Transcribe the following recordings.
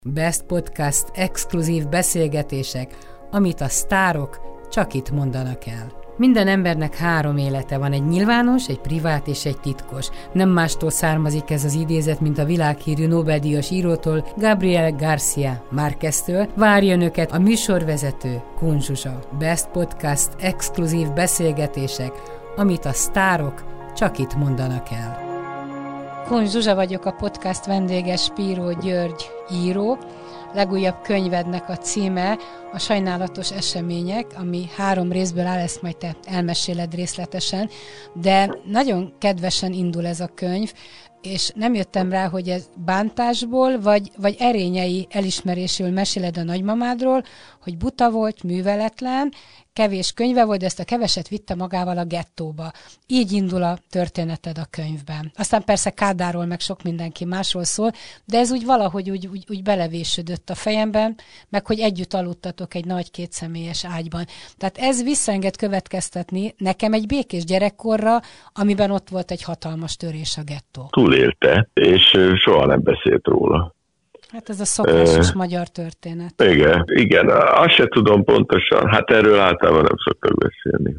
Best Podcast exkluzív beszélgetések, amit a sztárok csak itt mondanak el. Minden embernek 3 élete van, egy nyilvános, egy privát és egy titkos. Nem mástól származik ez az idézet, mint a világhírű Nobel-díjas írótól, Gabriel García Márqueztől. Várja önöket a műsorvezető, Kun Zsuzsa. Best Podcast exkluzív beszélgetések, amit a sztárok csak itt mondanak el. Kun Zsuzsa vagyok, a podcast vendége, Spíró György író. Legújabb könyvednek a címe a Sajnálatos események, ami 3 részből áll, ezt majd te elmeséled részletesen, de nagyon kedvesen indul ez a könyv, és nem jöttem rá, hogy ez bántásból, vagy erényei elismerésül meséled a nagymamádról, hogy buta volt, műveletlen, kevés könyve volt, de ezt a keveset vitte magával a gettóba. Így indul a történeted a könyvben. Aztán persze Kádáról, meg sok mindenki másról szól, de ez úgy valahogy úgy belevésődött a fejemben, meg hogy együtt aludtatok egy nagy 2 személyes ágyban. Tehát ez visszaenged következtetni nekem egy békés gyerekkorra, amiben ott volt egy hatalmas törés a gettó. Túlélte, és soha nem beszélt róla. Hát ez a szokásos magyar történet. Igen, azt se tudom pontosan, hát erről általában nem szoktak beszélni,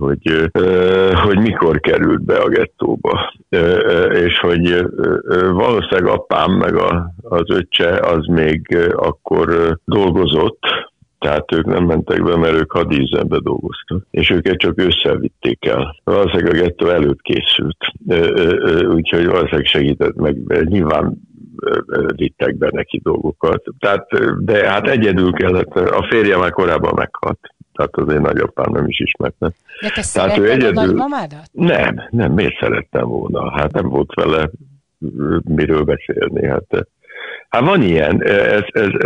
hogy mikor került be a gettóba, és hogy valószínűleg apám meg az öccse az még akkor dolgozott, tehát ők nem mentek be, mert ők hadízembe dolgoztak, és őket csak ősszel vitték el. Valószínűleg a gettó előtt készült, úgyhogy valószínűleg segített meg, nyilván vittek be neki dolgokat. Tehát, de hát egyedül kellett, a férje már korábban meghalt, tehát az én nagyapám nem is ismerte. De te szeretted a nagymamádat? Nem, miért szerettem volna? Hát nem volt vele miről beszélni. Hát van ilyen, ez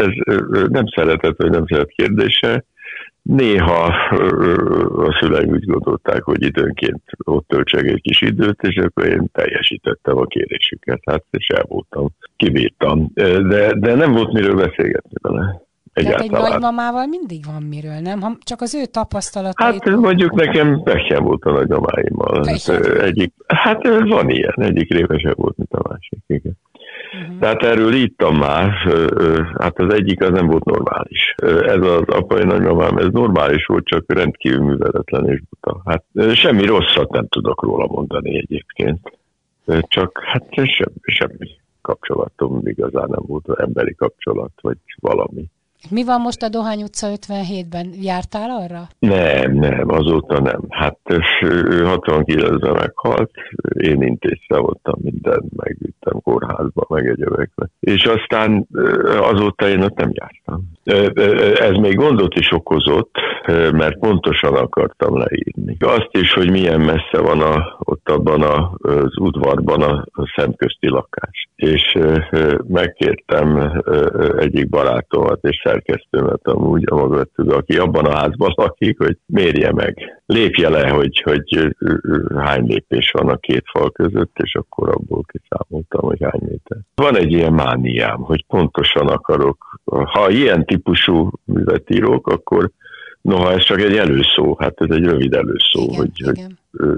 nem szeretett, vagy nem szeret kérdése. Néha a szüleim úgy gondolták, hogy időnként ott töltsek egy kis időt, és akkor én teljesítettem a kérésüket. Hát és el voltam, kibírtam. De nem volt miről beszélgetni vele. Tehát egy nagymamával mindig van miről, nem? Csak az ő tapasztalatait... Hát mondjuk nekem sem volt a nagymamáimmal. Hát van ilyen, egyik révesebb volt, mint a másik. Igen. Uh-huh. Tehát erről írtam már, hát az egyik az nem volt normális. Ez az apai nagymamám, ez normális volt, csak rendkívül műveletlen és buta. Hát semmi rosszat nem tudok róla mondani egyébként. Csak hát semmi kapcsolatom igazán nem volt, emberi kapcsolat, vagy valami. Mi van most a Dohány utca 57-ben? Jártál arra? Nem, azóta nem. Hát ő 69-ben meghalt, én intéztem voltam mindent, megvittem kórházba, meg egyebekbe. És aztán azóta én ott nem jártam. Ez még gondot is okozott, mert pontosan akartam leírni. Azt is, hogy milyen messze van ott abban az udvarban a szemközti lakás. És megkértem egyik barátomat és szerkesztőmet amúgy, a magatug, aki abban a házban lakik, hogy mérje meg. Lépje le, hogy hány lépés van a 2 fal között, és akkor abból kiszámoltam, hogy hány méter. Van egy ilyen mániám, hogy pontosan akarok. Ha ilyen típusú művet írok, akkor noha ez csak egy előszó, hát ez egy rövid előszó, igen, hogy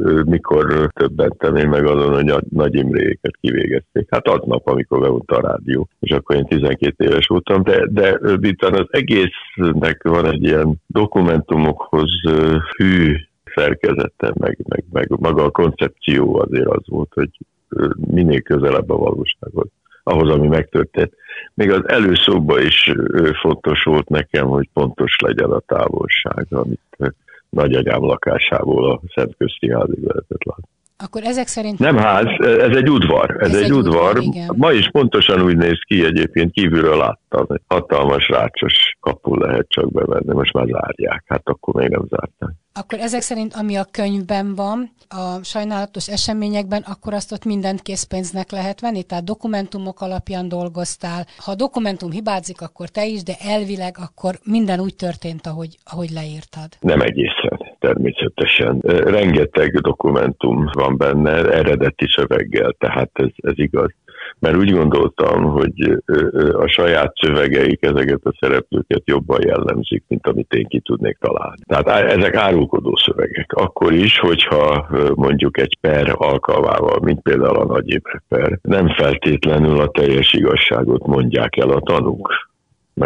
mikor többentem én meg azon, hogy a Nagy Imréket kivégezték. Hát aznap, amikor bemondta a rádió, és akkor én 12 éves voltam, de vitán az egésznek van egy ilyen dokumentumokhoz hű szerkezete, meg maga a koncepció azért az volt, hogy minél közelebb a valósághoz, ahhoz, ami megtörtént. Még az előszóban is fontos volt nekem, hogy pontos legyen a távolság, amit nagyanyám lakásából a Szemközti házig lehetett látni. Akkor ezek szerint... Nem ház, ez egy udvar. Ez egy udvar. Ma is pontosan úgy néz ki, egyébként kívülről láttam. Egy hatalmas rácsos kapu lehet csak bevenni, most már zárják. Hát akkor még nem zárták. Akkor ezek szerint, ami a könyvben van, a sajnálatos eseményekben, akkor azt ott mindent készpénznek lehet venni? Tehát dokumentumok alapján dolgoztál. Ha a dokumentum hibázik, akkor te is, de elvileg akkor minden úgy történt, ahogy leírtad. Nem egészen, természetesen. Rengeteg dokumentum van benne, eredeti szöveggel, tehát ez igaz. Mert úgy gondoltam, hogy a saját szövegeik ezeket a szereplőket jobban jellemzik, mint amit én ki tudnék találni. Tehát ezek árulkodó szövegek. Akkor is, hogyha mondjuk egy per alkalmával, mint például a Nagy Imre per, nem feltétlenül a teljes igazságot mondják el a tanúk.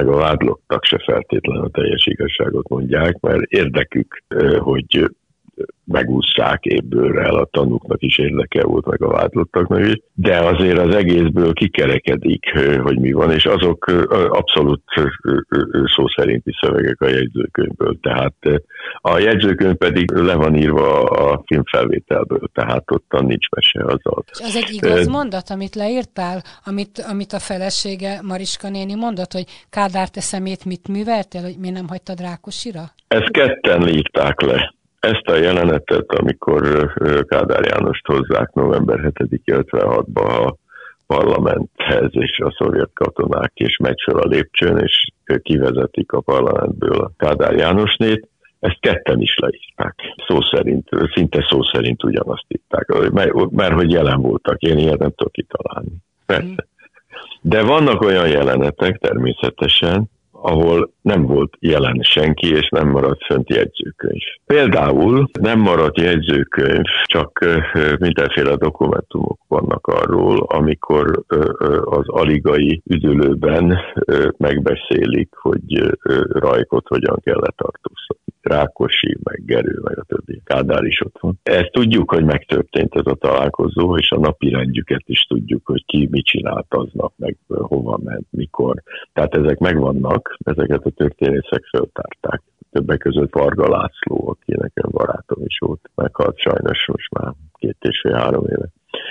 meg a vádlottak se feltétlenül a teljes igazságot mondják, mert érdekük, hogy megúszszák évbőrrel, a tanúknak is érdeke volt, meg a vádlottaknak is, de azért az egészből kikerekedik, hogy mi van, és azok abszolút szó szerinti szövegek a jegyzőkönyvből, tehát a jegyzőkönyv pedig le van írva a filmfelvételből, tehát ottan nincs mese azzal. És az egy igaz mondat, amit leírtál, amit a felesége Mariska néni mondott, hogy Kádár, te szemét mit műveltél, hogy miért nem hagytad Rákosira? Ezt ketten írták le. Ezt a jelenetet, amikor Kádár Jánost hozzák november 7-56-ba a parlamenthez, és a szovjet katonák, és megy fel a lépcsőn, és kivezetik a parlamentből a Kádár Jánosnét, ezt ketten is leírták. Szó szerint, szinte szó szerint ugyanazt írták, mert hogy jelen voltak, én ilyet nem tudok kitalálni. Persze. De vannak olyan jelenetek természetesen, ahol nem volt jelen senki, és nem maradt fönt jegyzőkönyv. Például nem maradt jegyzőkönyv, csak mindenféle dokumentumok vannak arról, amikor az aligai üdülőben megbeszélik, hogy Rajkot hogyan kell letartóztatni. Rákosi, meg Gerő, meg a többi. Kádár is ott van. Ezt tudjuk, hogy megtörtént ez a találkozó, és a napirendjüket is tudjuk, hogy ki mit csinált aznap, meg hova ment, mikor. Tehát ezek megvannak, ezeket a történészek föltárták. Többek között Varga László, aki nekem barátom is volt, meghalt sajnos most már 2,5-3 éve.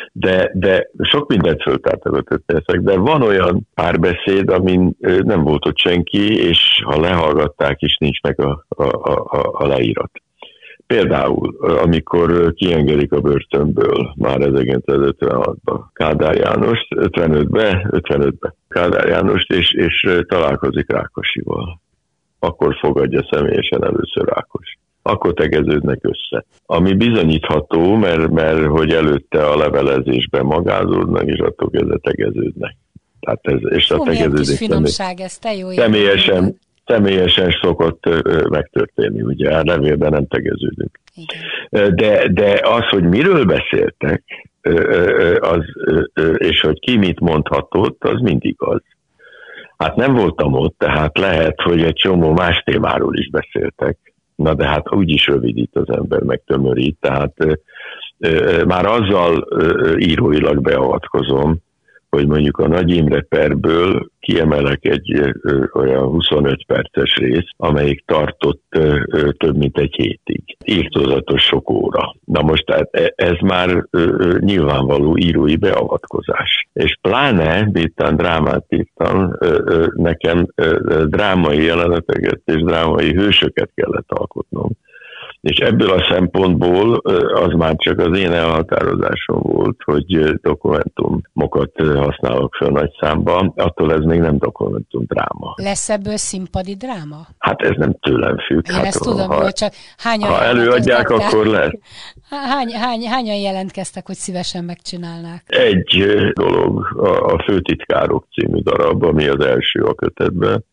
De sok mindent föltártak a történészek, de van olyan párbeszéd, amin nem volt ott senki, és ha lehallgatták is, nincs meg a leírat. Például, amikor kiengedik a börtönből már 1956-ban Kádár Jánost, 55-be Kádár Jánost, és találkozik Rákosival. Akkor fogadja személyesen először Rákos. Akkor tegeződnek össze. Ami bizonyítható, mert hogy előtte a levelezésben magázódnak, és attól kezdve tegeződnek. Tehát és a tegeződés finomság, ez te jó személyesen szokott megtörténni, ugye, a levélben nem tegeződünk. De az, hogy miről beszéltek, és hogy ki mit mondhatott, az mindig az. Hát nem voltam ott, tehát lehet, hogy egy csomó más témáról is beszéltek. Na de hát úgyis rövidít az ember, meg tömörít, tehát már azzal íróilag beavatkozom, hogy mondjuk a Nagy Imre perből kiemelek egy olyan 25 perces rész, amelyik tartott több mint egy hétig. Írtózatos sok óra. Na most ez már nyilvánvaló írói beavatkozás. És pláne, miután drámát írtam, nekem drámai jeleneteket és drámai hősöket kellett alkotnom. És ebből a szempontból az már csak az én elhatározásom volt, hogy dokumentumokat használok fel nagy számba, attól ez még nem dokumentum dráma. Lesz ebből színpadi dráma? Hát ez nem tőlem függ. Én ezt tudom, hogy csak ha előadják, akkor lesz. Hányan jelentkeztek, hogy szívesen megcsinálnák? Egy dolog, a Főtitkárok című darab, ami az első a kötetben.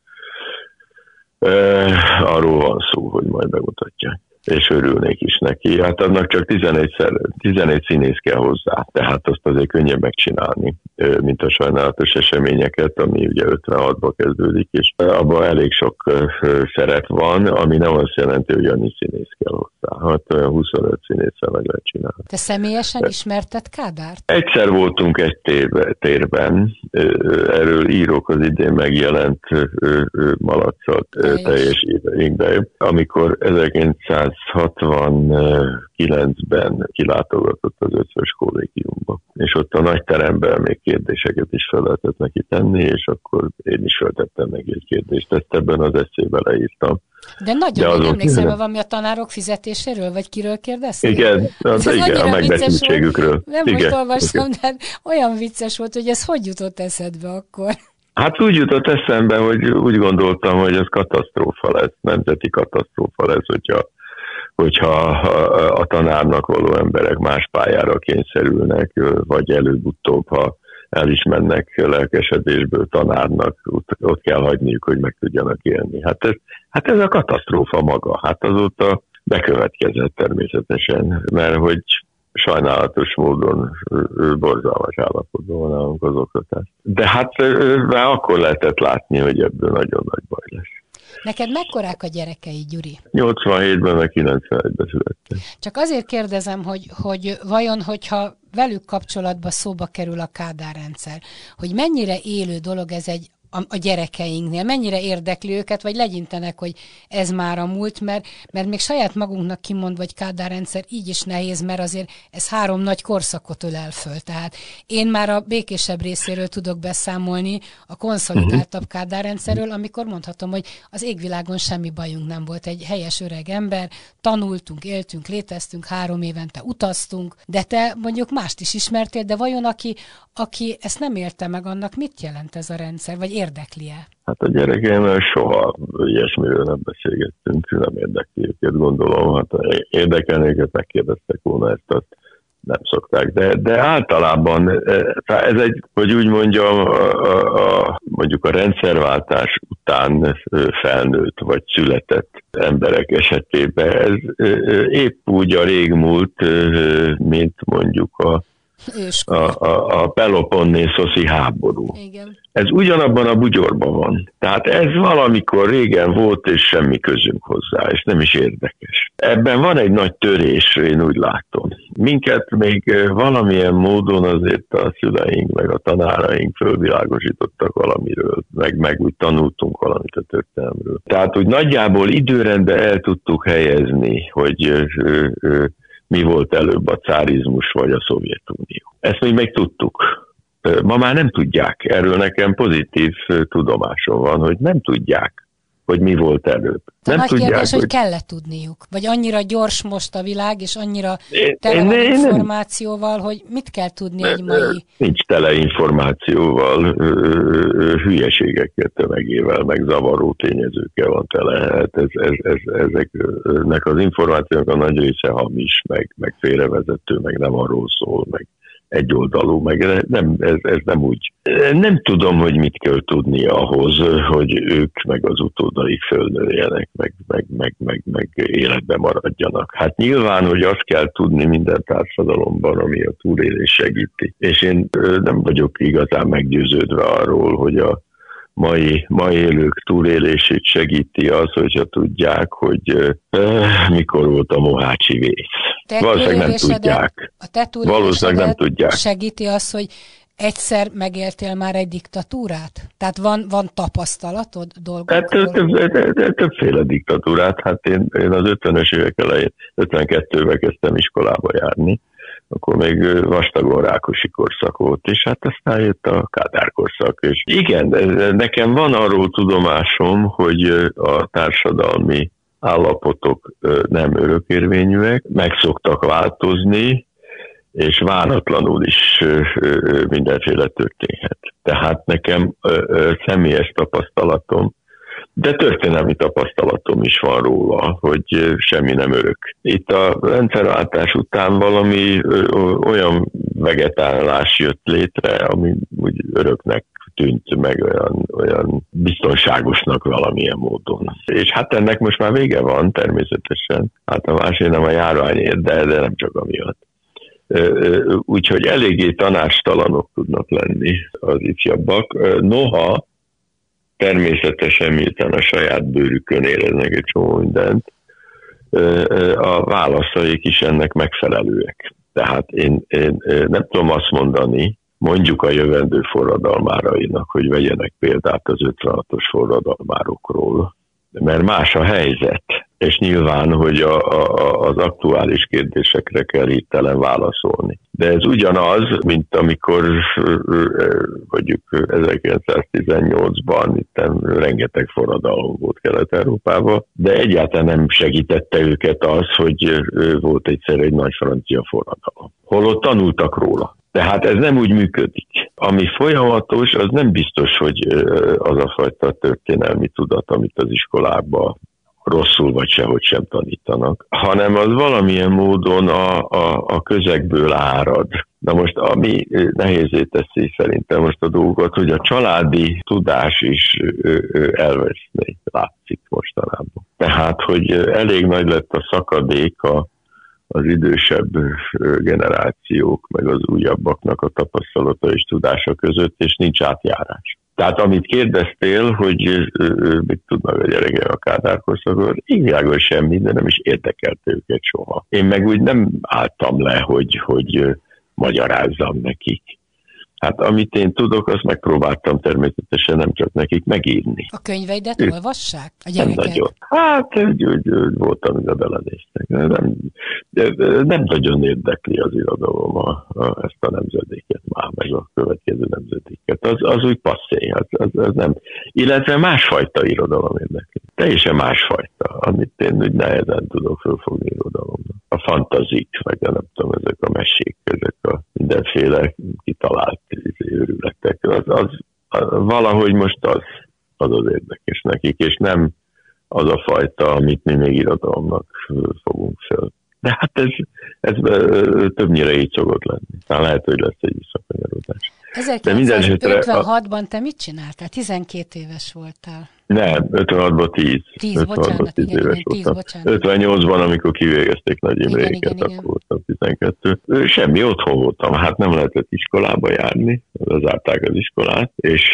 Arról van szó, hogy majd bemutatják. És örülnék is neki. Hát annak csak 11 színész kell hozzá, tehát azt azért könnyebb megcsinálni, mint a sajnálatos eseményeket, ami ugye 56-ba kezdődik, és abban elég sok szerep van, ami nem azt jelenti, hogy annyi színész kell hozzá. Hát 25 színésszel meg lehet csinálni. Te személyesen ismerted Kádárt? Egyszer voltunk egy térben, erről írok az idén megjelent Malacsot teljes éveinkben, amikor 1969-ben kilátogatott az Ötvös kollégiumba. És ott a nagy teremben még kérdéseket is fel lehetett neki tenni, és akkor én is feltettem meg egy kérdést. Ezt ebben az eszébe leírtam. De nagyon emlékszem, hogy valami a tanárok fizetéséről, vagy kiről kérdeztél? Igen, a megbeszéltségükről. Nem most olvastam, de olyan vicces volt, hogy ez hogy jutott eszedbe akkor? Hát úgy jutott eszembe, hogy úgy gondoltam, hogy ez katasztrófa lesz, nemzeti katasztrófa lesz, hogyha a tanárnak való emberek más pályára kényszerülnek, vagy előbb-utóbb, ha el is mennek lelkesedésből tanárnak, ott kell hagyniuk, hogy meg tudjanak élni. Hát ez a katasztrófa maga. Hát azóta bekövetkezett természetesen, mert hogy sajnálatos módon borzalmas állapotban van nálunk az oktatás. De hát már akkor lehetett látni, hogy ebből nagyon nagy baj lesz. Neked mekkorák a gyerekei, Gyuri? 87-ben, meg 91-ben születtem. Csak azért kérdezem, hogy vajon, hogyha velük kapcsolatban szóba kerül a Kádár rendszer, hogy mennyire élő dolog ez a gyerekeinknél, mennyire érdekli őket, vagy legyintenek, hogy ez már a múlt, mert még saját magunknak kimondva, hogy Kádár rendszer így is nehéz, mert azért ez 3 nagy korszakot ölel föl. Tehát én már a békésebb részéről tudok beszámolni a konszolidáltabb Kádár rendszerről, amikor mondhatom, hogy az égvilágon semmi bajunk nem volt. Egy helyes öreg ember, tanultunk, éltünk, léteztünk, 3 évente utaztunk, de te mondjuk mást is ismertél, de vajon aki ezt nem élte meg, annak mit jelent ez a rendszer, vagy érdekli-e? Hát a gyerekeimmel soha ilyesmiről nem beszélgettünk, nem érdekli őket, gondolom. Hát érdekelni őket, megkérdeztek volna ezt, nem szokták. De általában ez egy, hogy úgy mondjam, mondjuk a rendszerváltás után felnőtt vagy született emberek esetében ez épp úgy a régmúlt, mint mondjuk a Peloponnészoszi háború. Igen. Ez ugyanabban a bugyorban van. Tehát ez valamikor régen volt, és semmi közünk hozzá, és nem is érdekes. Ebben van egy nagy törés, én úgy látom. Minket még valamilyen módon azért a szüleink, meg a tanáraink fölvilágosítottak valamiről, meg úgy tanultunk valamit a történelemről. Tehát úgy nagyjából időrendben el tudtuk helyezni, hogy mi volt előbb, a cárizmus vagy a Szovjetunió. Ezt még megtudtuk. Ma már nem tudják. Erről nekem pozitív tudomásom van, hogy nem tudják, hogy mi volt előbb. A nagy kérdés, hogy kell-e tudniuk? Vagy annyira gyors most a világ, és annyira tele van információval, hogy mit kell tudni egy mai... Nincs tele információval, hülyeségekkel, tömegével, meg zavaró tényezőkkel van tele. Hát ezeknek az információk a nagy része hamis, meg félrevezető, meg nem arról szól, meg egyoldalú, meg nem, ez nem úgy. Nem tudom, hogy mit kell tudni ahhoz, hogy ők meg az utódaik fölnőjenek, meg életben maradjanak. Hát nyilván, hogy azt kell tudni minden társadalomban, ami a túlélés segíti. És én nem vagyok igazán meggyőződve arról, hogy a mai élők túlélését segíti az, hogyha tudják, hogy mikor volt a mohácsi vész. Valószínűleg nem tudják. Valószínűleg nem tudják. Segíti az, hogy egyszer megéltél már egy diktatúrát? Tehát van tapasztalatod dolgokról? Többféle diktatúrát. Hát én az 50-es évek elején, 52-ben kezdtem iskolába járni, akkor még vastagon Rákosi korszak volt, és hát aztán jött a Kádár korszak. És igen, nekem van arról tudomásom, hogy a társadalmi állapotok nem örökérvényűek, meg szoktak változni, és váratlanul is mindenféle történhet. Tehát nekem személyes tapasztalatom, de történelmi tapasztalatom is van róla, hogy semmi nem örök. Itt a rendszerváltás után valami olyan vegetálás jött létre, ami úgy öröknek tűnt, meg olyan biztonságosnak valamilyen módon. És hát ennek most már vége van természetesen. Hát a másik nem a járványért, de nem csak amiatt. Úgyhogy eléggé tanácstalanok tudnak lenni az ifjabbak. Noha természetesen, miután a saját bőrükön éreznek egy csomó mindent, a válaszaik is ennek megfelelőek. Tehát én nem tudom azt mondani, mondjuk a jövendő forradalmárainak, hogy vegyenek példát az 56-os forradalmárokról, mert más a helyzet, és nyilván, hogy az aktuális kérdésekre kell hirtelen válaszolni. De ez ugyanaz, mint amikor mondjuk 1918-ban itt rengeteg forradalom volt Kelet-Európában, de egyáltalán nem segítette őket az, hogy volt egyszer egy nagy francia forradalom. Holott tanultak róla. Tehát ez nem úgy működik. Ami folyamatos, az nem biztos, hogy az a fajta történelmi tudat, amit az iskolában rosszul vagy sehogy sem tanítanak, hanem az valamilyen módon a közegből árad. Na most, ami nehézé teszi szerintem most a dolgot, hogy a családi tudás is elveszni látszik mostanában. Tehát, hogy elég nagy lett a szakadék a az idősebb generációk, meg az újabbaknak a tapasztalata és tudása között, és nincs átjárás. Tehát amit kérdeztél, hogy mit tudnak a gyerekek a Kádár korszakról, igazából semmi, de nem is érdekelte őket soha. Én meg úgy nem álltam le, hogy magyarázzam nekik. Hát amit én tudok, azt megpróbáltam természetesen nem csak nekik megírni. A könyveidet olvassák a gyerekek? Nem nagyon. Hát úgy voltam, hogy belenéztek. Nem nagyon érdekli az irodalom ezt a nemzedéket már, meg a következő nemzedéket. Az úgy passzé, az nem. Illetve másfajta irodalom érdekli. Teljesen másfajta, amit én úgy nehezen tudok fölfogni irodalomnak. A fantazik, meg nem tudom, ezek a mesék, ezek a mindenféle kitalált őrületek. Valahogy most az érdekes nekik, és nem az a fajta, amit mi még irodalomnak fogunk föl. De hát ez többnyire így szokott lenni. Tehát lehet, hogy lesz egy visszakanyarodás. 1956-ban te mit csináltál? 12 éves voltál. Nem, 56-ban 10. 10, bocsánat, 10 éves voltam. 58-ban, amikor kivégezték Nagy Imréket, akkor voltam 12. Semmi, otthon voltam. Hát nem lehetett iskolába járni, lezárták az iskolát, és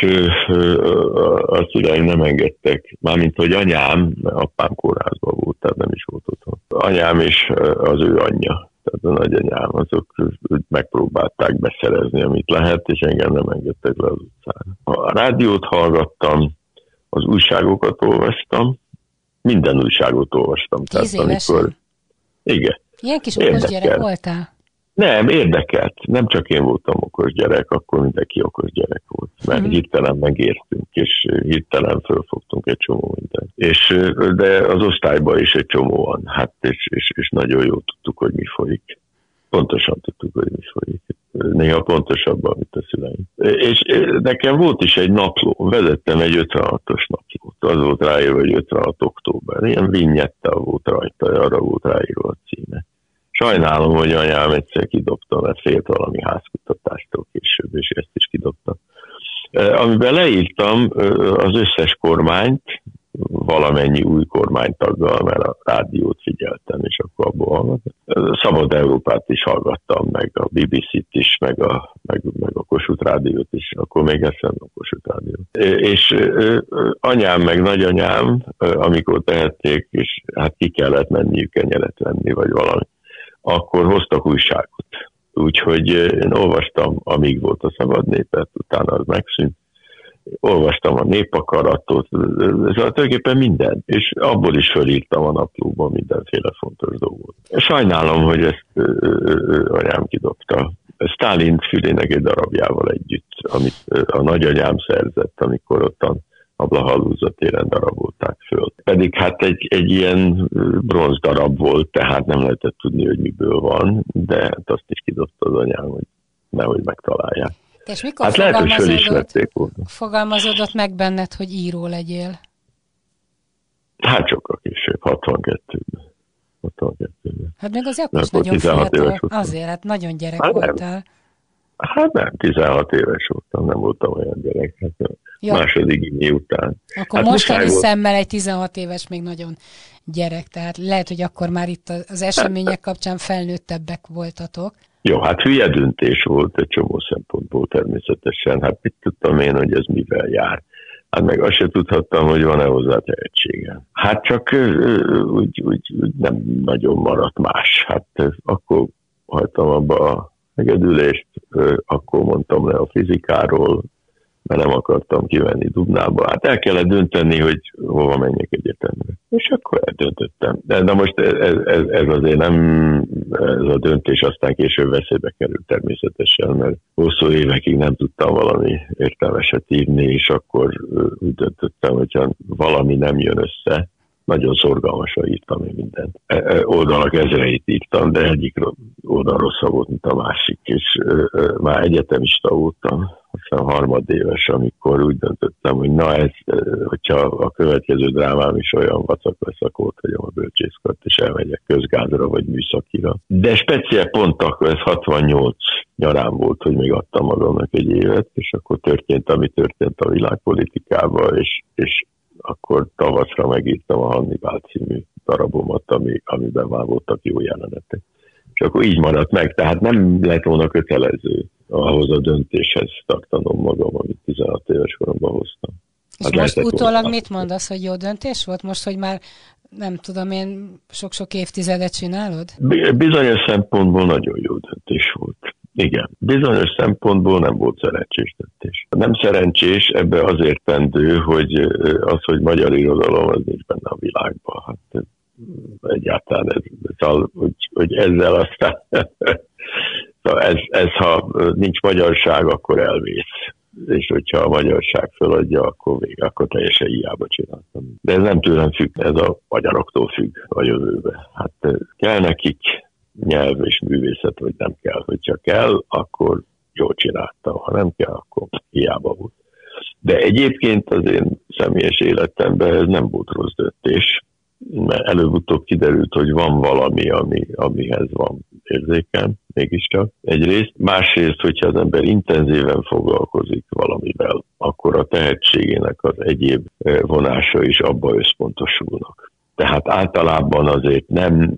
a szüleim nem engedtek. Mármint, hogy anyám, apám kórházban volt, tehát nem is volt otthon. Anyám és az ő anyja, tehát a nagyanyám, azok megpróbálták beszerezni, amit lehet, és engem nem engedtek le az utcára. A rádiót hallgattam, az újságokat olvastam, minden újságot olvastam. 10 évesen? Igen. Ilyen kis okos gyerek voltál? Nem, érdekelt. Nem csak én voltam okos gyerek, akkor mindenki okos gyerek volt. Mert hirtelen megértünk, és hirtelen fölfogtunk egy csomó mindent. De az osztályban is egy csomóan. Hát, és nagyon jól tudtuk, hogy mi folyik. Pontosan tudtuk, hogy mi folyik. Néha pontosabban, mint a szüleim. És nekem volt is egy napló, vezettem egy 56-os naplót. Az volt ráírva, hogy 56 október. Ilyen vignettel volt rajta, arra volt ráírva a címe. Sajnálom, hogy anyám egyszer kidobta, mert félt valami házkutatástól később, és ezt is kidobta. Amiben leírtam az összes kormányt, valamennyi új kormánytaggal, mert a rádiót figyeltem, és akkor abból hallgattam. Szabad Európát is hallgattam, meg a BBC-t is, meg a Kossuth Rádiót is, akkor még eszembe a Kossuth Rádiót. És anyám meg nagyanyám, amikor tehették, és hát ki kellett menniük kenyeret venni, vagy valami, akkor hoztak újságot. Úgyhogy én olvastam, amíg volt a Szabad Népet, utána az megszűnt. Olvastam a Népakaratot, ez tulajdonképpen minden, és abból is fölírtam a naplóban mindenféle fontos dolgot. Sajnálom, hogy ezt anyám kidobta. Sztálin fülének egy darabjával együtt, amit a nagyanyám szerzett, amikor ottan a Blahalúza téren darabolták föl. Pedig hát egy ilyen bronz darab volt, tehát nem lehetett tudni, hogy miből van, de hát azt is kidobta az anyám, hogy nehogy megtalálják. És mikor hát lehet, hogy fölismerték volna. Fogalmazódott meg benned, hogy író legyél? Hát sokkal később, 62-ben. Hát meg az akkor is nagyon fiatal. Azért, hát nagyon gyerek voltál. Hát nem, 16 éves voltam, nem voltam olyan gyerek. Hát második gimi után. Akkor hát mostani szemmel egy 16 éves még nagyon gyerek, tehát lehet, hogy akkor már itt az események kapcsán felnőttebbek voltatok. Jó, hát hülye döntés volt egy csomó szempontból természetesen. Hát mit tudtam én, hogy ez mivel jár? Hát meg azt se tudhattam, hogy van-e hozzá tehetségem. Hát csak úgy nem nagyon maradt más. Hát akkor hagytam abba a megedülést, akkor mondtam le a fizikáról, mert nem akartam kivenni Dubnába. Hát el kellett dönteni, hogy hova menjek egyetemre. És akkor eldöntöttem. De most ez azért nem, ez a döntés aztán később veszélybe került természetesen, mert hosszú évekig nem tudtam valami értelmeset írni, és akkor úgy döntöttem, hogyha valami nem jön össze, nagyon szorgalmasan írtam én mindent. Oldalak ezreit írtam, de egyik oldal rosszabb volt, mint a másik, és már egyetemista voltam, aztán harmadéves, amikor úgy döntöttem, hogy na ez, hogyha a következő drámám is olyan vacak lesz, akkor ott hagyom a bölcsészkart, és elmegyek közgázra vagy műszakira. De speciál pont akkor, ez 68 nyarán volt, hogy még adtam magamnak egy évet, és akkor történt, ami történt a világpolitikában, és akkor tavaszra megírtam a Hannibal című darabomat, amiben már voltak jó jelenetek. És akkor így maradt meg, tehát nem lett volna kötelező ahhoz a döntéshez tartanom magam, amit 16 éves koromban hoztam. És most utólag mit mondasz, hogy jó döntés volt? Most, hogy már nem tudom én, sok-sok évtizedet csinálod? Bizonyos szempontból nagyon jó döntés volt. Igen, bizonyos szempontból nem volt szerencsés döntés. Nem szerencsés, ebbe az értendő, hogy az, hogy magyar irodalom, az nincs benne a világban. Hát egyáltalán hogy ezzel aztán ez, ha nincs magyarság, akkor elvész. És hogyha a magyarság feladja, akkor vége, akkor teljesen hiába csináltam. De ez nem tőlem függ, ez a magyaroktól függ a jövőbe. Hát kell nekik nyelv és művészet, vagy nem kell. Hogyha kell, akkor jól csináltam. Ha nem kell, akkor hiába volt. De egyébként az én személyes életemben ez nem volt rossz döntés, mert előbb-utóbb kiderült, hogy van valami, amihez van érzékem, mégiscsak egyrészt. Másrészt, hogyha az ember intenzíven foglalkozik valamivel, akkor a tehetségének az egyéb vonása is abba összpontosulnak. Tehát általában azért nem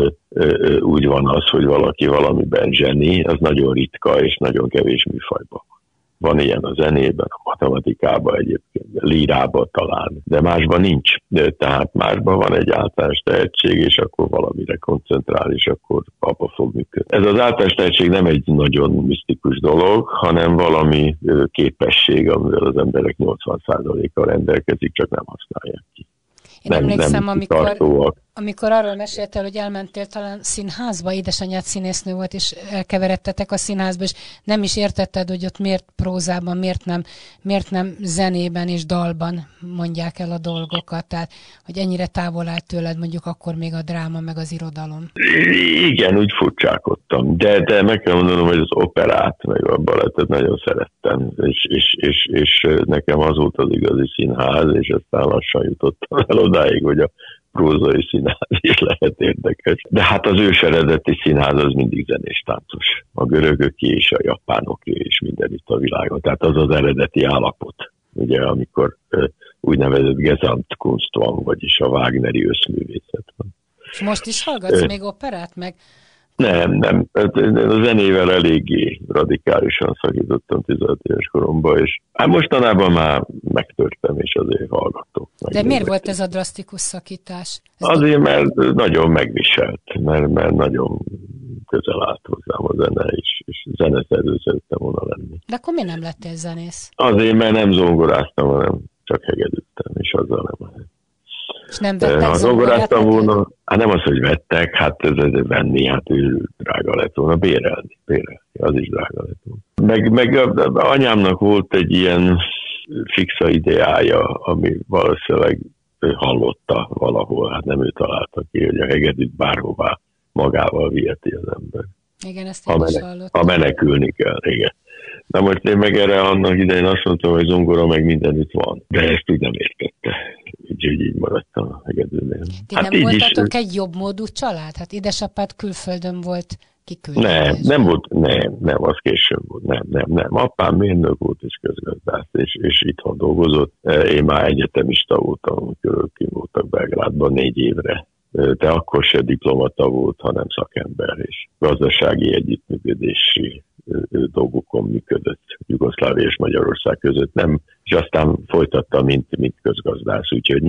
úgy van az, hogy valaki valamiben zseni, az nagyon ritka és nagyon kevés műfajban. Van ilyen a zenében, a matematikában egyébként, a lírában talán, de másban nincs. Tehát másban van egy általános tehetség, és akkor valamire koncentrál, és akkor abba fog működni. Ez az általános tehetség nem egy nagyon misztikus dolog, hanem valami képesség, amivel az emberek 80%-kal rendelkezik, csak nem használják ki. Én emlékszem, amikor arról meséltél, hogy elmentél talán színházba, édesanyád színésznő volt, és elkeveredtetek a színházba, és nem is értetted, hogy ott miért prózában, miért nem zenében és dalban mondják el a dolgokat, tehát hogy ennyire távol állt tőled mondjuk akkor még a dráma, meg az irodalom. Igen, úgy furcsálkodtam, de meg kell mondanom, hogy az operát, meg a balettet nagyon szerettem, és nekem az volt az igazi színház, és aztán lassan jutottam el odáig, hogy a prózai színház is lehet érdekes. De hát az ős eredeti színház az mindig zenés táncos. A görögöké és a japánoké és mindenütt a világon. Tehát az az eredeti állapot. Ugye, amikor úgynevezett Gesamtkunst van, vagyis a Wagneri összművészet van. És most is hallgatsz még operát meg? Nem. A zenével eléggé radikálisan szakítottam 16 éves koromban, és hát mostanában már megtörtem, és azért hallgatok. De miért volt ez a drasztikus szakítás? Azért, mert nagyon megviselt, mert nagyon közel állt hozzám a zene, és zeneszerző szerettem volna lenni. De akkor mi nem lettél zenész? Azért, mert nem zongoráztam, hanem csak hegedültem, és azzal nem lehet. És nem vettek zongoráztam volna, hát nem az, hogy vettek, hát ez venni, hát ő drága lett volna, bérelni, az is drága lett volna. Meg anyámnak volt egy ilyen fixa ideája, ami valószínűleg ő hallotta valahol, hát nem ő találta ki, hogy a hegedűt bárhová magával viheti az ember. Igen, ezt én is hallottam. Ha menekülni kell, igen. Na most én meg erre annak idején azt mondtam, hogy zongora meg mindenütt van, de ezt úgy nem értette. Úgyhogy így maradtam a hegedűnél. Ti hát nem voltatok egy jobb módú család? Hát édesapád külföldön volt kiküldve. Nem, az később volt. Nem. Apám mérnök volt és közgazdász, és itthon dolgozott. Én már egyetemista voltam, amikor ők voltak Belgrádban 4 évre. De akkor se diplomata volt, hanem szakember, és gazdasági együttműködési dolgokon működött Jugoszlávia és Magyarország között, nem, és aztán folytatta, mint közgazdász, úgyhogy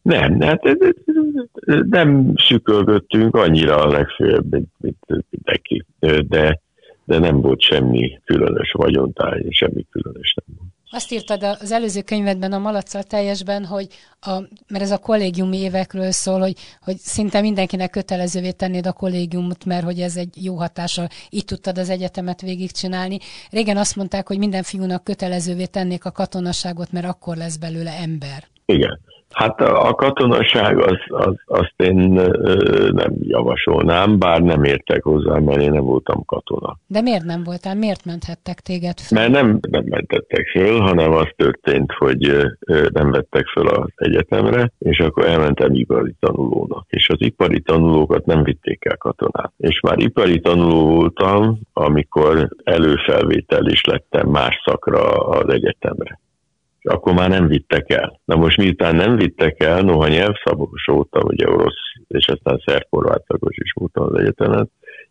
nem szükölgöttünk annyira a legfőbb, mint mindenki, de nem volt semmi különös vagyontáj, semmi különös nem volt. Azt írtad az előző könyvedben, a Malacccal teljesben, hogy mert ez a kollégiumi évekről szól, hogy szinte mindenkinek kötelezővé tennéd a kollégiumot, mert hogy ez egy jó hatással, így tudtad az egyetemet végigcsinálni. Régen azt mondták, hogy minden fiúnak kötelezővé tennék a katonaságot, mert akkor lesz belőle ember. Igen. Hát a katonaság azt én nem javasolnám, bár nem értek hozzá, mert én nem voltam katona. De miért nem voltál? Miért menthettek téged föl? Mert nem mentettek föl, hanem az történt, hogy nem vettek föl az egyetemre, és akkor elmentem ipari tanulónak. És az ipari tanulókat nem vitték el katonát. És már ipari tanuló voltam, amikor előfelvétel is lettem más szakra az egyetemre. Akkor már nem vittek el. Na most miután nem vittek el, noha nyelvszakos voltam, ugye orosz, és aztán szerb-horvát szakos is voltam az egyetemet,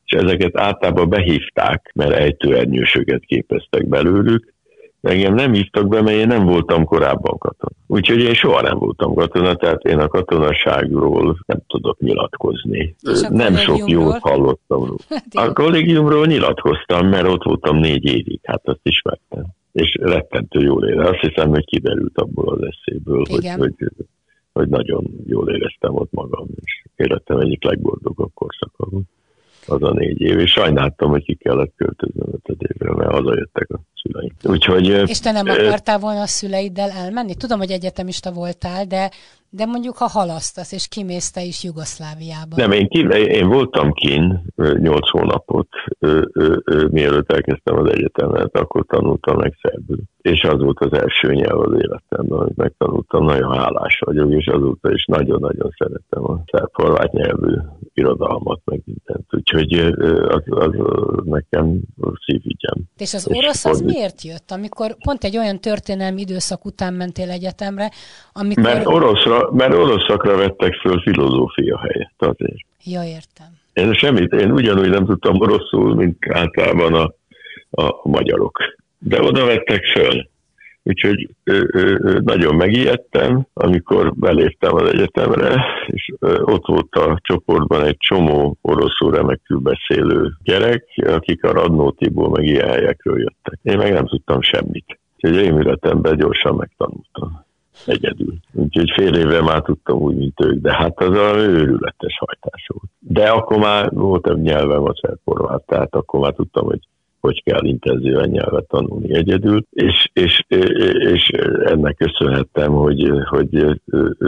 és ezeket általában behívták, mert ejtőernyősöket képeztek belőlük. Engem nem hívtak be, mert én nem voltam korábban katona. Úgyhogy én soha nem voltam katona, tehát én a katonaságról nem tudok nyilatkozni. Nem sok jót hallottam. A kollégiumról nyilatkoztam, mert ott voltam 4 évig, hát azt ismertem. És rettentő jól éreztem. Azt hiszem, hogy kiderült abból az eszéből, hogy nagyon jól éreztem ott magam, és életem egyik legboldogabb korszaka volt. Az a 4 év, és sajnáltam, hogy ki kellett költöznöm 5 évre, mert hazajöttek a szüleim. Úgyhogy, és te nem akartál volna a szüleiddel elmenni? Tudom, hogy egyetemista voltál, de mondjuk, ha halasztasz, és kimész te is Jugoszláviába. Nem, én voltam kín 8 hónapot, mielőtt elkezdtem az egyetemet, akkor tanultam meg szerbül. És az volt az első nyelv az életemben, amit megtanultam, nagyon hálás vagyok, és azóta is nagyon-nagyon szeretem a szerb-horvát nyelvű irodalmat, meg mindent. Úgyhogy az nekem szívügyem. És az orosz az miért jött? Amikor pont egy olyan történelmi időszak után mentél egyetemre, amikor... Mert oroszakra vettek föl filozófia helyett azért. Ja, értem. Én ugyanúgy nem tudtam oroszul, mint általában a magyarok. De oda vettek föl. Úgyhogy nagyon megijedtem, amikor beléptem az egyetemre, és ott volt a csoportban egy csomó oroszul remekül beszélő gyerek, akik a Radnótiból meg ilyen helyekről jöttek. Én meg nem tudtam semmit. Úgyhogy rémületemben gyorsan megtanultam. Egyedül. Úgyhogy fél évre már tudtam úgy, mint ők, de hát az a őrületes hajtás volt. De akkor már voltam nyelvem a szerb-horvát, tehát akkor már tudtam, hogy kell intenzíven nyelvet tanulni egyedül, és ennek köszönhettem, hogy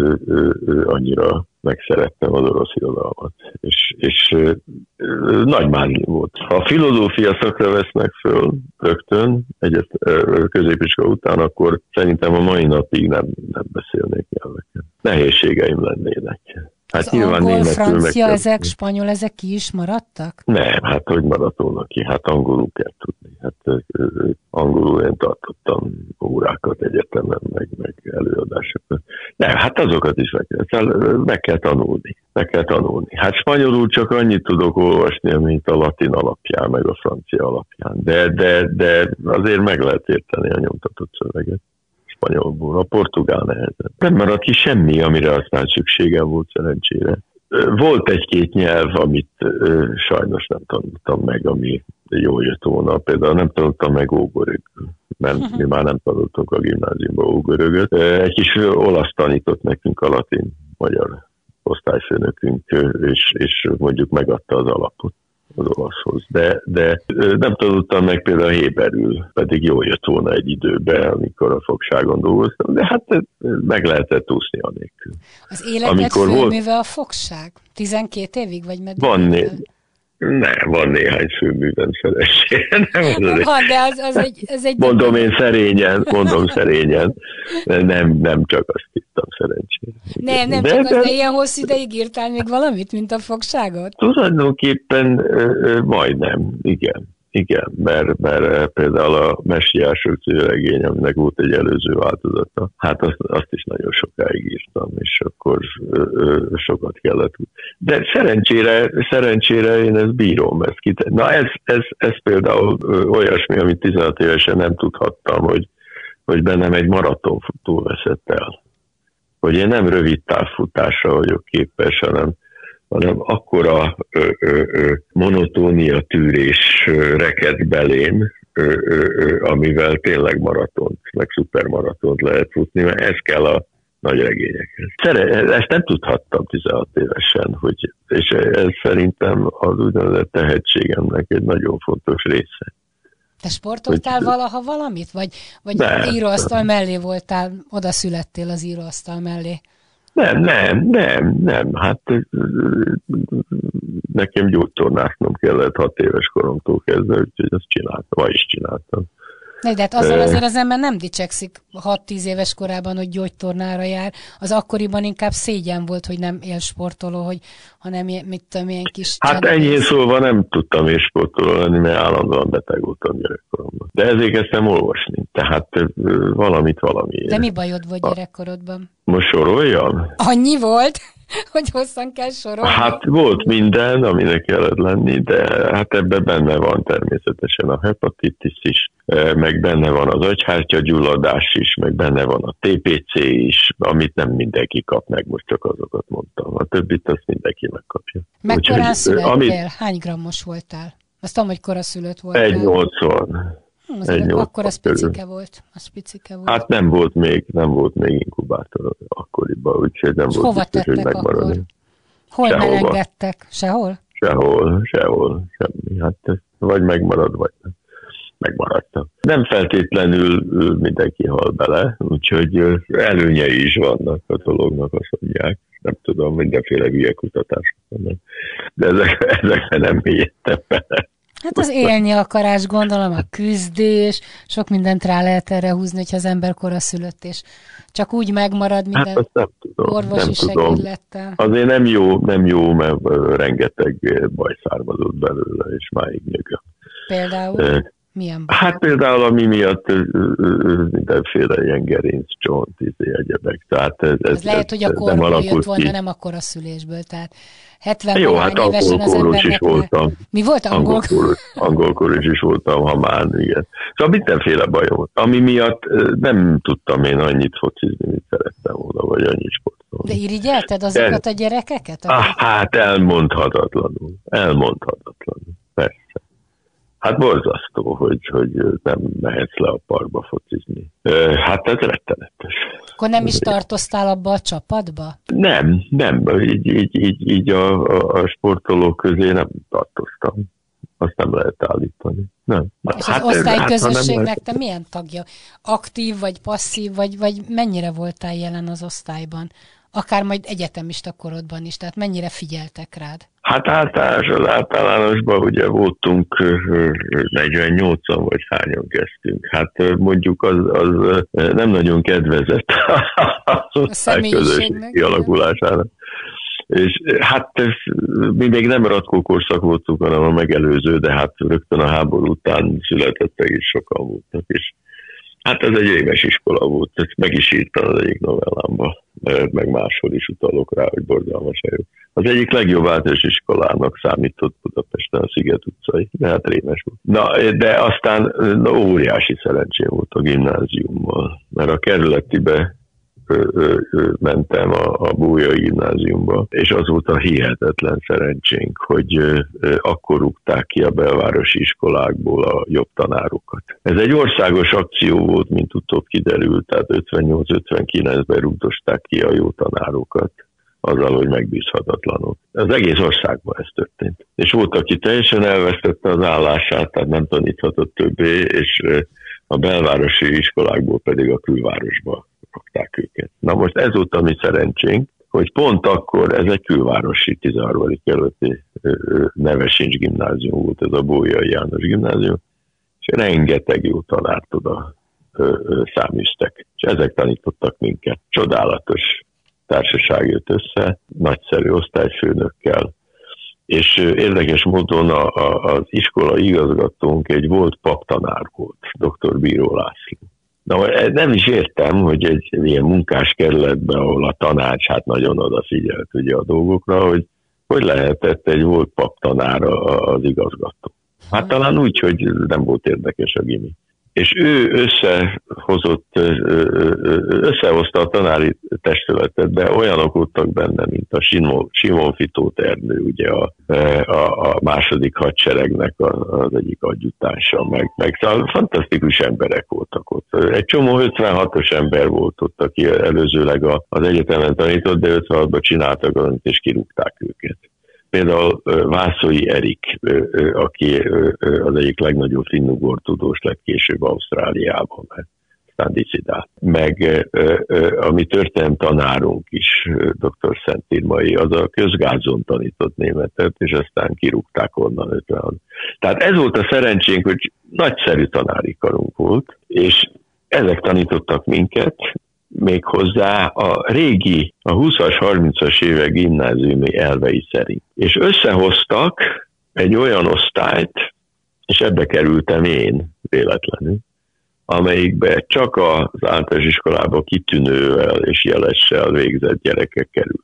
annyira megszerettem az orosz irodalmat. És nagy mági volt. Ha a filozófia szakra vesznek föl rögtön, középiskola után, akkor szerintem a mai napig nem beszélnék nyelveket. Nehézségeim lennének. Hát az angol, francia, ezek, spanyol, ezek ki is maradtak? Nem, hát hogy maradt volna ki? Hát angolul kell tudni. Hát angolul én tartottam órákat egyetemen, meg előadásokat. Nem, hát azokat is meg kell tanulni. Hát spanyolul csak annyit tudok olvasni, mint a latin alapján, meg a francia alapján. De azért meg lehet érteni a nyomtatott szöveget. Spanyolból, a portugál nehezebb. Nem maradt ki semmi, amire aztán szükségem volt szerencsére. Volt egy-két nyelv, amit sajnos nem tanultam meg, ami jól jött volna. Például nem tanultam meg ógörögül, mert mi már nem tanultunk a gimnáziumban ógörögöt. Egy kis olasz tanított nekünk a latin-magyar osztályfőnökünk, és mondjuk megadta az alapot az olaszhoz. De nem tanultam meg például héberül, pedig jól jött volna egy időben, amikor a fogságon dolgoztam, de hát meg lehetett úszni anélkül. Az életed főműve a fogság? 12 évig, vagy meddig? Van néhány főművem szerencsére. Ez egy mondom szerényen. Nem csak azt írtam szerencsére. Nem csak az, de ilyen hosszú ideig írtál még valamit, mint a fogságot? Tulajdonképpen majdnem, igen, mert például a Messiások címregény, aminek volt egy előző változata, hát azt is nagyon sokáig írtam, és akkor sokat kellett. De szerencsére én ezt bírom. Na ez például olyasmi, amit 16 évesen nem tudhattam, hogy bennem egy maratonfutó veszett el. Hogy én nem rövid távfutásra vagyok képes, hanem akkora monotónia tűrés reked belém, amivel tényleg maratont, meg szupermaratont lehet futni, mert ez kell a nagy regényekhez. Ezt nem tudhattam 16 évesen, és ez szerintem az úgynevezett tehetségemnek egy nagyon fontos része. Te sportoltál valaha valamit? Vagy íróasztal mellé voltál, oda születtél az íróasztal mellé? Nem. Hát nekem gyógytornásznom kellett 6 éves koromtól kezdve, úgyhogy azt csináltam, ma is csináltam. De hát azzal azért az ember nem dicsekszik 6-10 éves korában, hogy gyógytornára jár. Az akkoriban inkább szégyen volt, hogy nem élsportoló, hanem mit tudom, ilyen kis... Hát enyhén szólva nem tudtam élsportoló lenni, mert állandóan beteg voltam gyerekkoromban. De ezért kezdtem olvasni, tehát valami. De mi bajod volt gyerekkorodban? Most soroljam? Annyi volt? hogy hosszan kell sorolni. Hát volt minden, aminek kellett lenni, de hát ebben benne van természetesen a hepatitis is, meg benne van az agyhártyagyulladás is, meg benne van a TPC is, amit nem mindenki kap meg, most csak azokat mondtam. A többit azt mindenki megkapja. Megkorán születtél? Hány grammos voltál? Azt tudom, hogy koraszülött voltál. 1,80. Akkor az picike volt. Hát nem volt még inkubátor akkoriban, úgyhogy nem volt biztos, hogy megmaradni. Hol melengedtek? Sehol? Sehol, semmi. Hát vagy megmarad, vagy nem. Megmaradtam. Nem feltétlenül mindenki hal bele, úgyhogy előnyei is vannak a dolognak, azt mondják. Nem tudom, mindenféle hülye kutatások vannak. De ezekben nem mélyedtem bele. Hát az élni akarás, gondolom, a küzdés, sok mindent rá lehet erre húzni, hogyha az ember koraszülött, és csak úgy megmarad minden orvosi segédlettel. Azért nem jó, mert rengeteg baj származott belőle, és máig nyögöm. Például? Milyen baj? Hát például, ami miatt mindenféle ilyen gerinccsont, egyebek. Tehát ez lehet, hogy a korból jött volna, nem a koraszülésből, tehát 70 évesen az embernek... is voltam. Mi volt angolkóros is voltam, hamán, igen. Szóval mindenféle baj volt, ami miatt nem tudtam én annyit focizni, mint szerettem volna, vagy annyit sportolni. De irigyelted azokat a gyerekeket? Hát elmondhatatlanul. Persze. Hát borzasztó, hogy nem mehetsz le a parkba focizni. Hát ez rettenetes. Akkor nem is tartoztál abba a csapatba? Nem. Így a sportolók közé nem tartoztam. Azt nem lehet állítani. Nem. És az osztályközösségnek te milyen tagja? Aktív, vagy passzív, vagy mennyire voltál jelen az osztályban? Akár majd egyetemista korodban is, tehát mennyire figyeltek rád? Hát általánosban ugye voltunk 48-an vagy hányan kezdtünk. Hát mondjuk az nem nagyon kedvezett az osztályközösség kialakulására. És hát mi még nem ratkókorszak voltunk, hanem a megelőző, de hát rögtön a háború után születettek is sokan voltak, és hát ez egy éves iskola volt, ezt meg is írtam az egyik novellámban, meg máshol is utalok rá, hogy borzalmas jó. Az egyik legjobb általános iskolának számított Budapesten a Sziget utcai, de hát rémes volt. Na, de aztán óriási szerencsém volt a gimnáziummal, mert a kerületibe mentem a Bolyai gimnáziumba, és az volt a hihetetlen szerencsénk, hogy akkor rúgták ki a belvárosi iskolákból a jobb tanárokat. Ez egy országos akció volt, mint utóbb kiderült, tehát 58-59-ben rúgdosták ki a jó tanárokat, azzal, hogy megbízhatatlanok. Az egész országban ez történt. És volt, aki teljesen elvesztette az állását, tehát nem taníthatott többé, és a belvárosi iskolákból pedig a külvárosba rakták őket. Na most ez volt a mi szerencsénk, hogy pont akkor ez egy külvárosi 13. kerületi Nevesincs gimnázium volt, ez a Bolyai János gimnázium, és rengeteg jó tanárt oda száműztek. És ezek tanítottak minket. Csodálatos társaság jött össze, nagyszerű osztályfőnökkel, és érdekes módon az iskola igazgatónk egy volt paptanár volt, dr. Bíró László. Na, nem is értem, hogy egy ilyen munkáskerületben, ahol a tanács hát nagyon odafigyelt ugye a dolgokra, hogy lehetett egy volt paptanára az igazgató. Hát talán úgy, hogy nem volt érdekes a gimi. És ő összehozta a tanári testületet, de olyanok voltak benne, mint a Simon Fitó Ernő, ugye a második hadseregnek az egyik adjutánsa, meg szóval fantasztikus emberek voltak ott. Egy csomó 56-os ember volt ott, aki előzőleg az egyetemen tanított, de 56-ban csináltak valamit, és kirúgták őket. Például Vászói Erik, aki az egyik legnagyobb finnugor tudós lett később Ausztráliában, aztán disszidált. Meg a mi történelem tanárunk is, dr. Szent Irmai, az a közgázon tanított németet, és aztán kirúgták onnan 50. Tehát ez volt a szerencsénk, hogy nagyszerű tanári karunk volt, és ezek tanítottak minket, méghozzá a régi, a 20-as, 30-as évek gimnáziumi elvei szerint. És összehoztak egy olyan osztályt, és ebbe kerültem én véletlenül, amelyikbe csak az általános iskolába kitűnővel és jelessel végzett gyerekek kerültek.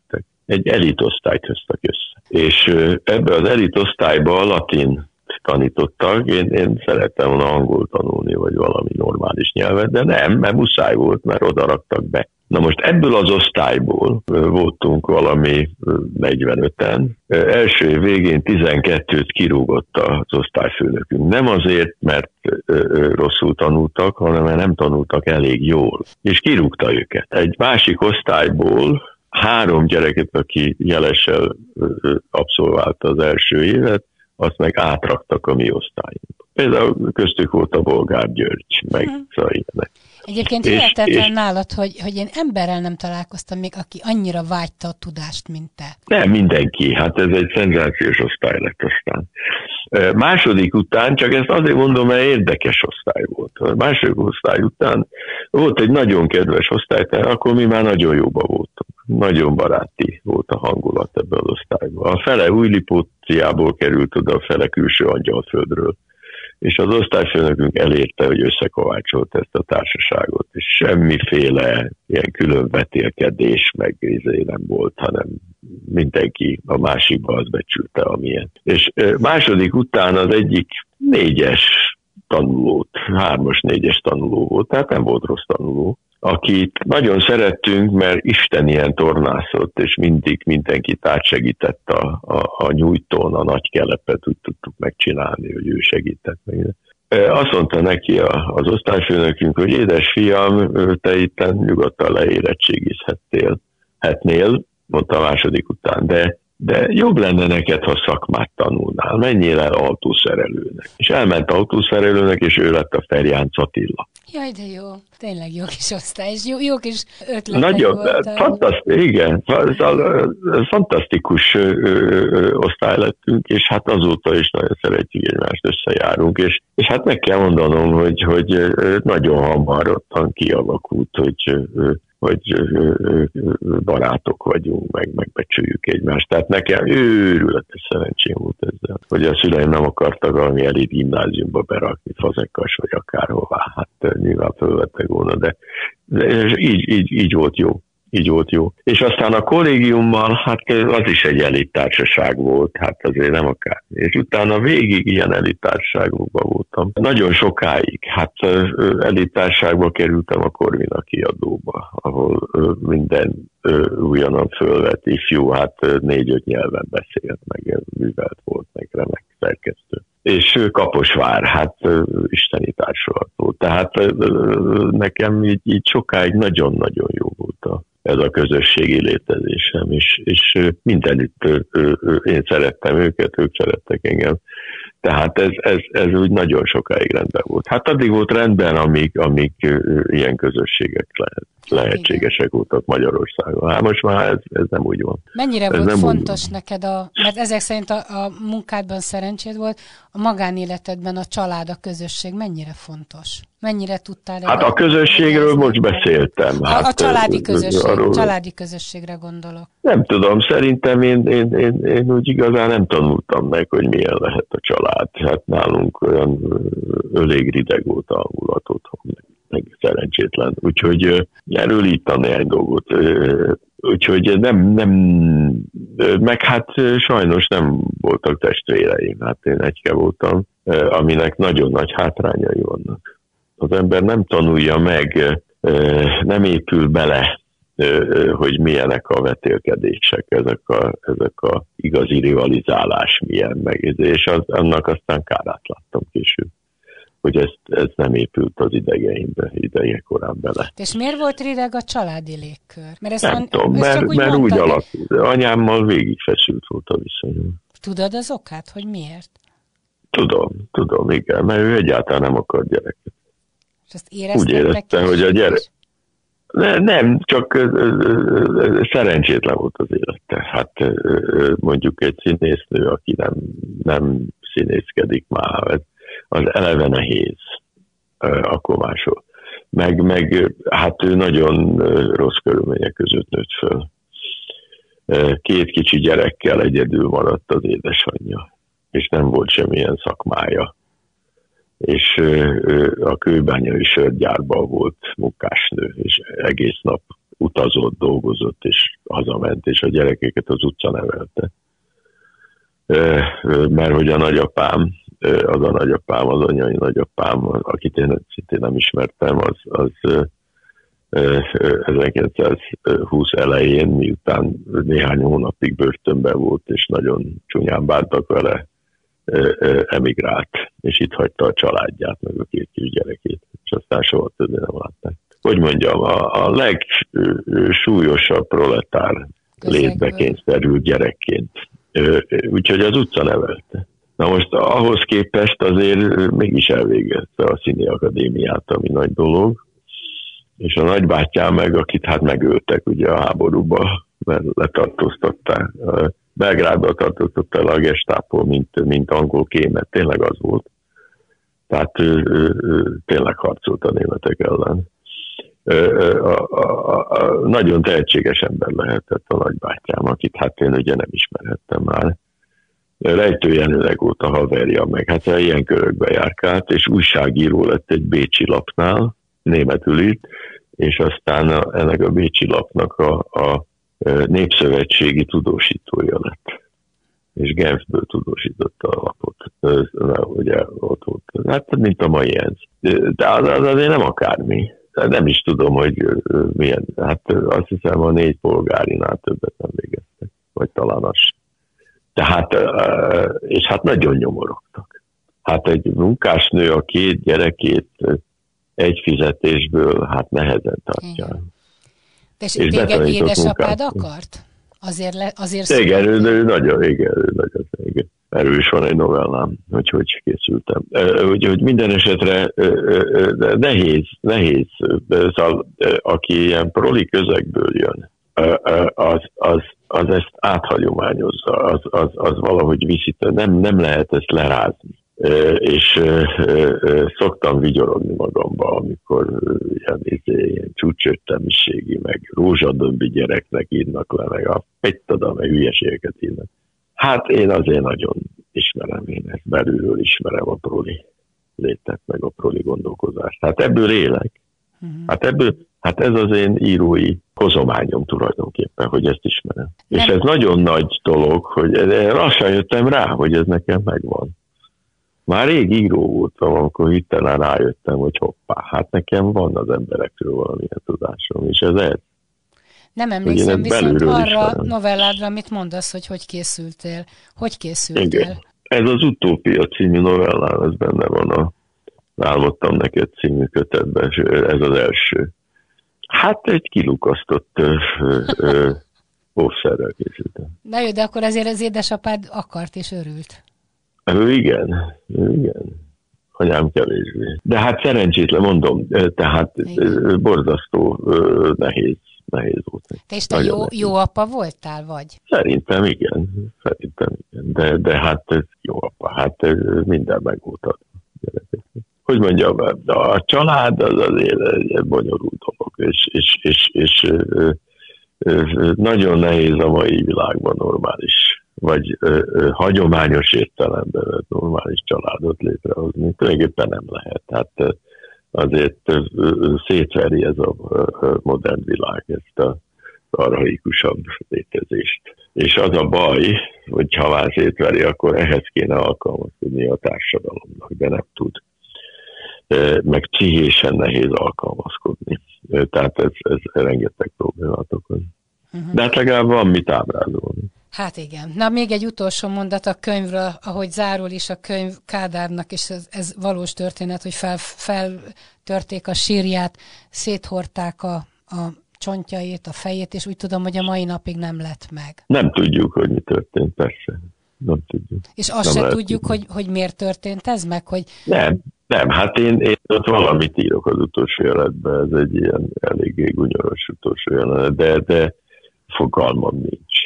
egy elitosztályt hoztak össze. És ebbe az elitosztályba latin tanítottak, én szerettem volna angol tanulni, vagy valami normális nyelvet, de nem, mert muszáj volt, mert oda raktak be. Na most ebből az osztályból voltunk valami 45-en. Első év végén 12-t kirúgott az osztályfőnökünk. Nem azért, mert rosszul tanultak, hanem mert nem tanultak elég jól. És kirúgta őket. Egy másik osztályból 3 gyereket, aki jelessel abszolválta az első évet, azt meg átraktak a mi osztályunkba. Például köztük volt a Bolgár György, meg ilyenek. Egyébként hihetetlen nálad, hogy én emberrel nem találkoztam még, aki annyira vágyta a tudást, mint te. Nem, mindenki. Hát ez egy szenzációs osztály lett aztán. Második után, csak ezt azért mondom, mert érdekes osztály volt. A második osztály után volt egy nagyon kedves osztálytár, akkor mi már nagyon jóba voltunk. Nagyon baráti volt a hangulat ebből az osztályban. A fele Újlipóciából került oda, a fele külső Angyalföldről. És az osztályfőnökünk elérte, hogy összekovácsolt ezt a társaságot, és semmiféle ilyen külön vetélkedés meg nem volt, hanem mindenki a másikba az becsülte, amilyen. És második után az egyik 4-es tanulót, 3-as 4-es tanuló volt, tehát nem volt rossz tanuló, akit nagyon szerettünk, mert Isten ilyen tornászott, és mindig mindenkit átsegített a nyújtón, a nagy kelepet úgy tudtuk megcsinálni, hogy ő segített meg. Azt mondta neki az osztályfőnökünk, hogy édes fiam, te itten nyugodtan leérettségizhetnél, mondta a második után, de jobb lenne neked, ha szakmát tanulnál, menjél el autószerelőnek. És elment autószerelőnek, és ő lett a Ferjánc Attila. Jaj, de jó. Tényleg jó kis osztály, és jó kis ötletek voltak. Fantasztikus osztály lettünk, és hát azóta is nagyon szeretjük egymást, összejárunk, és hát meg kell mondanom, hogy nagyon hamar ottan kialakult, hogy barátok vagyunk, megbecsüljük egymást. Tehát nekem őrületes szerencsém volt ezzel, hogy a szüleim nem akartak valami elit gimnáziumba berakni, Fazekas vagy akárhová. Hát nyilván fölvettek volna, de így volt jó. Így volt jó. És aztán a kollégiummal, hát az is egy elittársaság volt, hát azért nem akár. És utána végig ilyen elittársaságokban voltam. Nagyon sokáig, hát elittársaságba kerültem a Corvina kiadóba, ahol minden újonnan fölvett ifjú, hát 4-5 nyelven beszélt, meg művelt volt, meg remek szerkesztő. És Kaposvár, hát isteni társulat volt. Tehát nekem így sokáig nagyon-nagyon jó volt ez a közösségi létezésem, és mindenütt én szerettem őket, ők szerettek engem. Tehát ez úgy nagyon sokáig rendben volt. Hát addig volt rendben, amíg ilyen közösségek lehetségesek voltak Magyarországon. Hát most már ez nem úgy van. Mennyire volt fontos neked, mert ezek szerint a munkádban szerencséd volt, a magánéletedben a család, a közösség mennyire fontos? Mennyire tudtál... Hát a közösségről most beszéltem. A családi közösség, családi közösségre gondolok. Nem tudom, szerintem én úgy igazán nem tanultam meg, hogy milyen lehet a család. Hát nálunk olyan elég rideg volt a hangulat otthon, meg szerencsétlen. Úgyhogy erről így néhány dolgot. Úgyhogy nem, meg hát sajnos nem voltak testvéreim. Hát én egyke voltam, aminek nagyon nagy hátrányai vannak. Az ember nem tanulja meg, nem épül bele, hogy milyenek a vetélkedések, ezek a igazi rivalizálás milyen meg, és annak aztán kárát láttam később, hogy ez nem épült az idegeimbe, idejekorán bele. És miért volt rideg a családi légkör? Mert nem tudom, mert úgy alakult. Anyámmal végig feszült volt a viszonyom. Tudod az okát, hogy miért? Tudom, igen, mert ő egyáltalán nem akar gyereket. És azt úgy érezte, hogy a gyerek... Nem, csak szerencsétlen volt az élete. Hát mondjuk egy színésznő, aki nem színészkedik már, az eleve nehéz, akkor máshol. Meg hát ő nagyon rossz körülmények között nőtt föl. 2 kicsi gyerekkel egyedül maradt az édesanyja, és nem volt semmilyen szakmája. És a kőbányai sörgyárban volt munkásnő, és egész nap utazott, dolgozott, és hazament, és a gyerekeket az utca nevelte. Mert hogy a nagyapám, az anyai nagyapám, akit én szintén nem ismertem, az 1920 elején, miután néhány hónapig börtönben volt, és nagyon csúnyán bántak vele, emigrált, és itt hagyta a családját, meg a 2 kisgyerekét, és aztán soha többé nem látták. Hogy mondjam, a legsúlyosabb proletár létbe kényszerült gyerekként. Úgyhogy az utca nevelte. Na most ahhoz képest azért mégis elvégezte a Színi Akadémiát, ami nagy dolog, és a nagybátyám meg, akit hát megöltek ugye a háborúba, mert letartóztatták. Belgrádba tartóztatta el a Gestapo, mint angol kémet, tényleg az volt. Tehát tényleg harcolt a németek ellen. Nagyon tehetséges ember lehetett a nagybátyám, akit hát én ugye nem ismerhettem már. Rejtő Jenőnek volt a haverja, meg hát ilyen körökbe járkált, és újságíró lett egy bécsi lapnál, németül írt, és aztán ennek a bécsi lapnak a népszövetségi tudósítója lett. És Genfből tudósította a lapot. Ugye ott volt. Hát mint a mai ENSZ. De az azért nem akármi. Nem is tudom, hogy milyen. Hát azt hiszem a 4 polgárinál többet nem végeztek. Vagy talán az. Tehát, és hát nagyon nyomorogtak. Hát egy munkásnő a 2 gyerekét egy fizetésből hát nehezen tartja. És téged édesapád akart? Azért igen, ő nagyon erős van egy novellám, hogy készültem. Hogy minden esetre nehéz. Szóval, aki ilyen proli közegből jön, az ezt áthagyományozza, az valahogy viszi, nem lehet ezt lerázni. És szoktam vigyorogni magamba, amikor ilyen csúcsöttemiségi, meg rózsadömbi gyereknek írnak le, meg meg hülyeségeket írnak. Hát én azért nagyon ismerem, én ezt belülről ismerem a proli létet, meg a proli gondolkozást. Hát ebből élek. Hát ez az én írói hozományom tulajdonképpen, hogy ezt ismerem. Nem. És ez nagyon nagy dolog, hogy lassan jöttem rá, hogy ez nekem megvan. Már rég író voltam, amikor hirtelen rájöttem, hogy hoppá, hát nekem van az emberekről valamilyen tudásom, és ez. Nem emlékszem viszont arra a novelládra, amit mondasz, hogy készültél. Hogy készültél? Igen. Ez az Utópia című novellám, ez benne van a Álmodtam neked című kötetben, ez az első. Hát egy kilukasztott óvszerrel készültem. Na jó, de akkor azért az édesapád akart és örült. Igen. Anyám kevésbé. De hát szerencsétlen mondom, tehát borzasztó nehéz volt. Te is jó apa voltál, vagy? Szerintem igen. De hát jó apa, hát minden megvolt. Hogy mondjam, a család az azért egy bonyolult dolog, és nagyon nehéz a mai világban normális, vagy hagyományos értelemben normális családot létrehozni. Tulajdonképpen nem lehet. Hát azért szétveri ez a modern világ, ezt az archaikusabb létezést. És az a baj, hogy ha már szétveri, akkor ehhez kéne alkalmazkodni a társadalomnak, de nem tud. Meg pszichésen nehéz alkalmazkodni. Tehát ez rengeteg problémát okoz. De hát legalább van mit ábrázolni. Hát igen. Na még egy utolsó mondat a könyvről, ahogy zárul is a könyv Kádárnak, és ez valós történet, hogy feltörték a sírját, széthordták a csontjait, a fejét, és úgy tudom, hogy a mai napig nem lett meg. Nem tudjuk, hogy mi történt, persze. Nem tudjuk. És azt sem tudjuk, hogy miért történt ez meg, hogy... Nem, hát én ott valamit írok az utolsó jelenetben, ez egy ilyen eléggé gunyoros utolsó jelenet, de fogalmam nincs.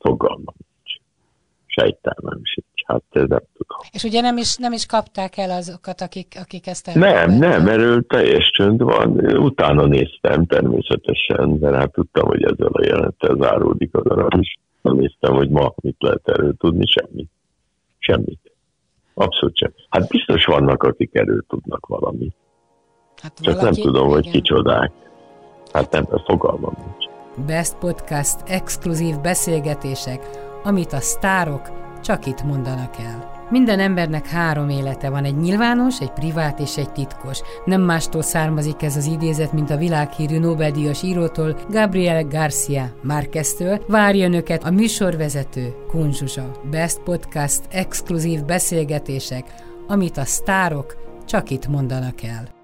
Sejtelmem sincs. Hát nem tudom. És ugye nem is kapták el azokat, akik ezt elmondták? Nem, erről teljes csönd van. Utána néztem természetesen, mert hát tudtam, hogy ezzel a jelenettel záródik a darab is. Néztem, hogy ma mit lehet erről tudni, semmit. Abszolút sem. Hát biztos vannak, akik erről tudnak valamit. Hát csak nem tudom, hogy kicsodák. Hát nem, fogalmam nincs. Best Podcast exkluzív beszélgetések, amit a sztárok csak itt mondanak el. Minden embernek 3 élete van, egy nyilvános, egy privát és egy titkos. Nem mástól származik ez az idézet, mint a világhírű Nobel-díjas írótól, Gabriel García Márqueztől. Várja önöket a műsorvezető, Kun Zsuzsa. Best Podcast exkluzív beszélgetések, amit a sztárok csak itt mondanak el.